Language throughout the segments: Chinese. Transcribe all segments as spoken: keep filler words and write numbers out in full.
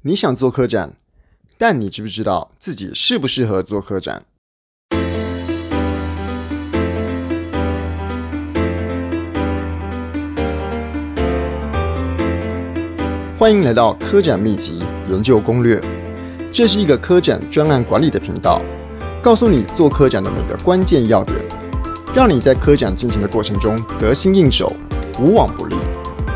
你想做科展，但你知不知道自己适不适合做科展？欢迎来到科展秘籍研究攻略，这是一个科展专案管理的频道，告诉你做科展的每个关键要点，让你在科展进行的过程中得心应手，无往不利。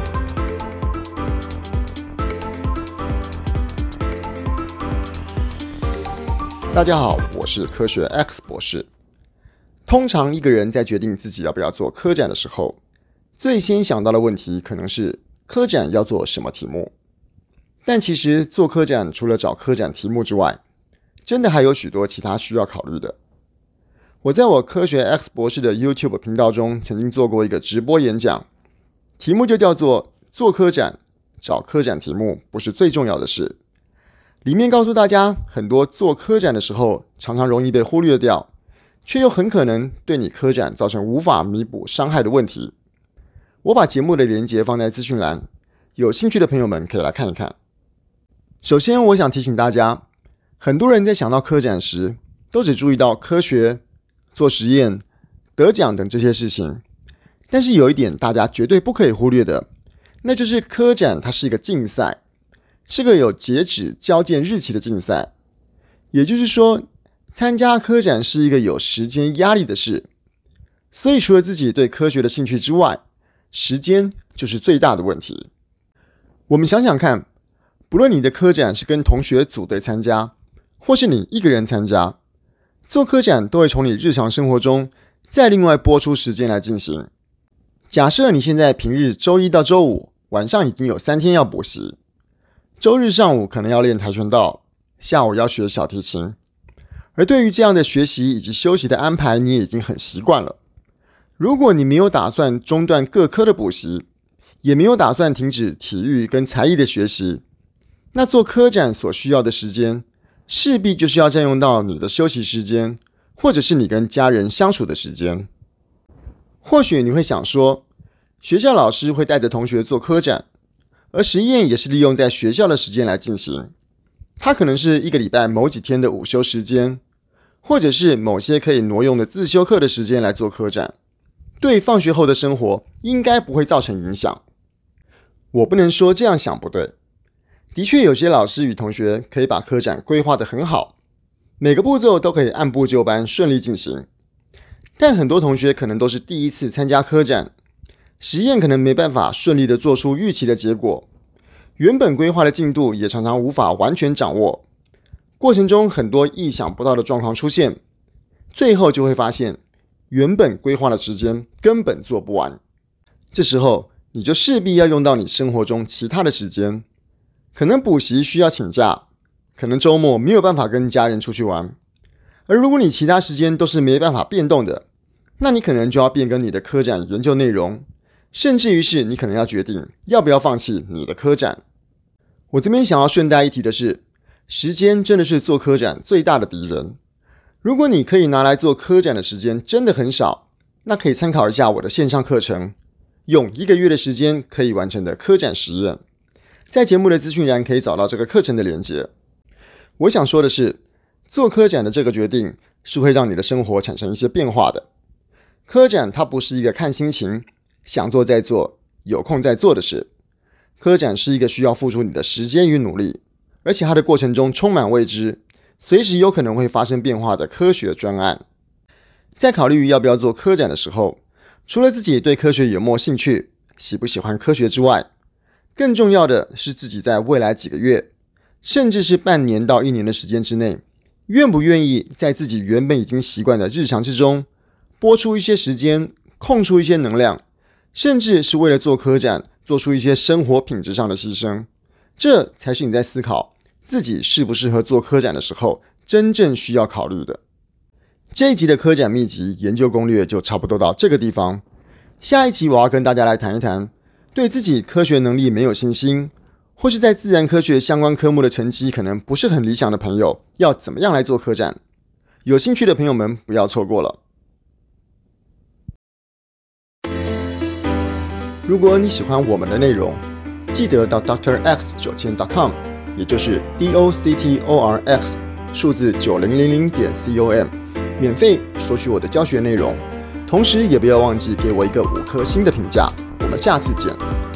大家好，我是科学 X 博士。通常一个人在决定自己要不要做科展的时候，最先想到的问题可能是科展要做什么题目。但其实做科展除了找科展题目之外，真的还有许多其他需要考虑的。我在我科学 X 博士的 YouTube 频道中曾经做过一个直播演讲，题目就叫做做科展，找科展题目不是最重要的事。里面告诉大家，很多做科展的时候常常容易被忽略掉，却又很可能对你科展造成无法弥补伤害的问题。我把节目的连结放在资讯栏，有兴趣的朋友们可以来看一看。首先我想提醒大家，很多人在想到科展时，都只注意到科学、做实验、得奖等这些事情，但是有一点大家绝对不可以忽略的，那就是科展它是一个竞赛，是个有截止交件日期的竞赛。也就是说，参加科展是一个有时间压力的事，所以除了自己对科学的兴趣之外，时间就是最大的问题。我们想想看，不论你的科展是跟同学组队参加，或是你一个人参加，做科展都会从你日常生活中再另外拨出时间来进行。假设你现在平日周一到周五晚上已经有三天要补习，周日上午可能要练跆拳道，下午要学小提琴，而对于这样的学习以及休息的安排，你也已经很习惯了。如果你没有打算中断各科的补习，也没有打算停止体育跟才艺的学习，那做科展所需要的时间，势必就是要占用到你的休息时间，或者是你跟家人相处的时间。或许你会想说，学校老师会带着同学做科展，而实验也是利用在学校的时间来进行，它可能是一个礼拜某几天的午休时间，或者是某些可以挪用的自修课的时间来做科展，对放学后的生活应该不会造成影响。我不能说这样想不对，的确有些老师与同学可以把科展规划得很好，每个步骤都可以按部就班顺利进行，但很多同学可能都是第一次参加科展，实验可能没办法顺利地做出预期的结果，原本规划的进度也常常无法完全掌握，过程中很多意想不到的状况出现，最后就会发现原本规划的时间根本做不完。这时候你就势必要用到你生活中其他的时间，可能补习需要请假，可能周末没有办法跟家人出去玩，而如果你其他时间都是没办法变动的，那你可能就要变更你的科展研究内容，甚至于是你可能要决定要不要放弃你的科展。我这边想要顺带一提的是，时间真的是做科展最大的敌人。如果你可以拿来做科展的时间真的很少，那可以参考一下我的线上课程，用一个月的时间可以完成的科展实验，在节目的资讯栏可以找到这个课程的连结。我想说的是，做科展的这个决定是会让你的生活产生一些变化的。科展它不是一个看心情，想做再做，有空再做的事。科展是一个需要付出你的时间与努力，而且它的过程中充满未知，随时有可能会发生变化的科学专案。在考虑要不要做科展的时候，除了自己对科学有没有兴趣，喜不喜欢科学之外，更重要的是自己在未来几个月，甚至是半年到一年的时间之内，愿不愿意在自己原本已经习惯的日常之中，拨出一些时间，空出一些能量，甚至是为了做科展，做出一些生活品质上的牺牲。这才是你在思考自己适不适合做科展的时候，真正需要考虑的。这一集的科展秘籍研究攻略就差不多到这个地方。下一集我要跟大家来谈一谈，对自己科学能力没有信心，或是在自然科学相关科目的成绩可能不是很理想的朋友，要怎么样来做科展？有兴趣的朋友们不要错过了。如果你喜欢我们的内容，记得到 D R X 九千 点 com 也就是 D O C T O R X 数字九零零零点 com， 免费索取我的教学内容。同时也不要忘记给我一个五颗星的评价。我们下次见。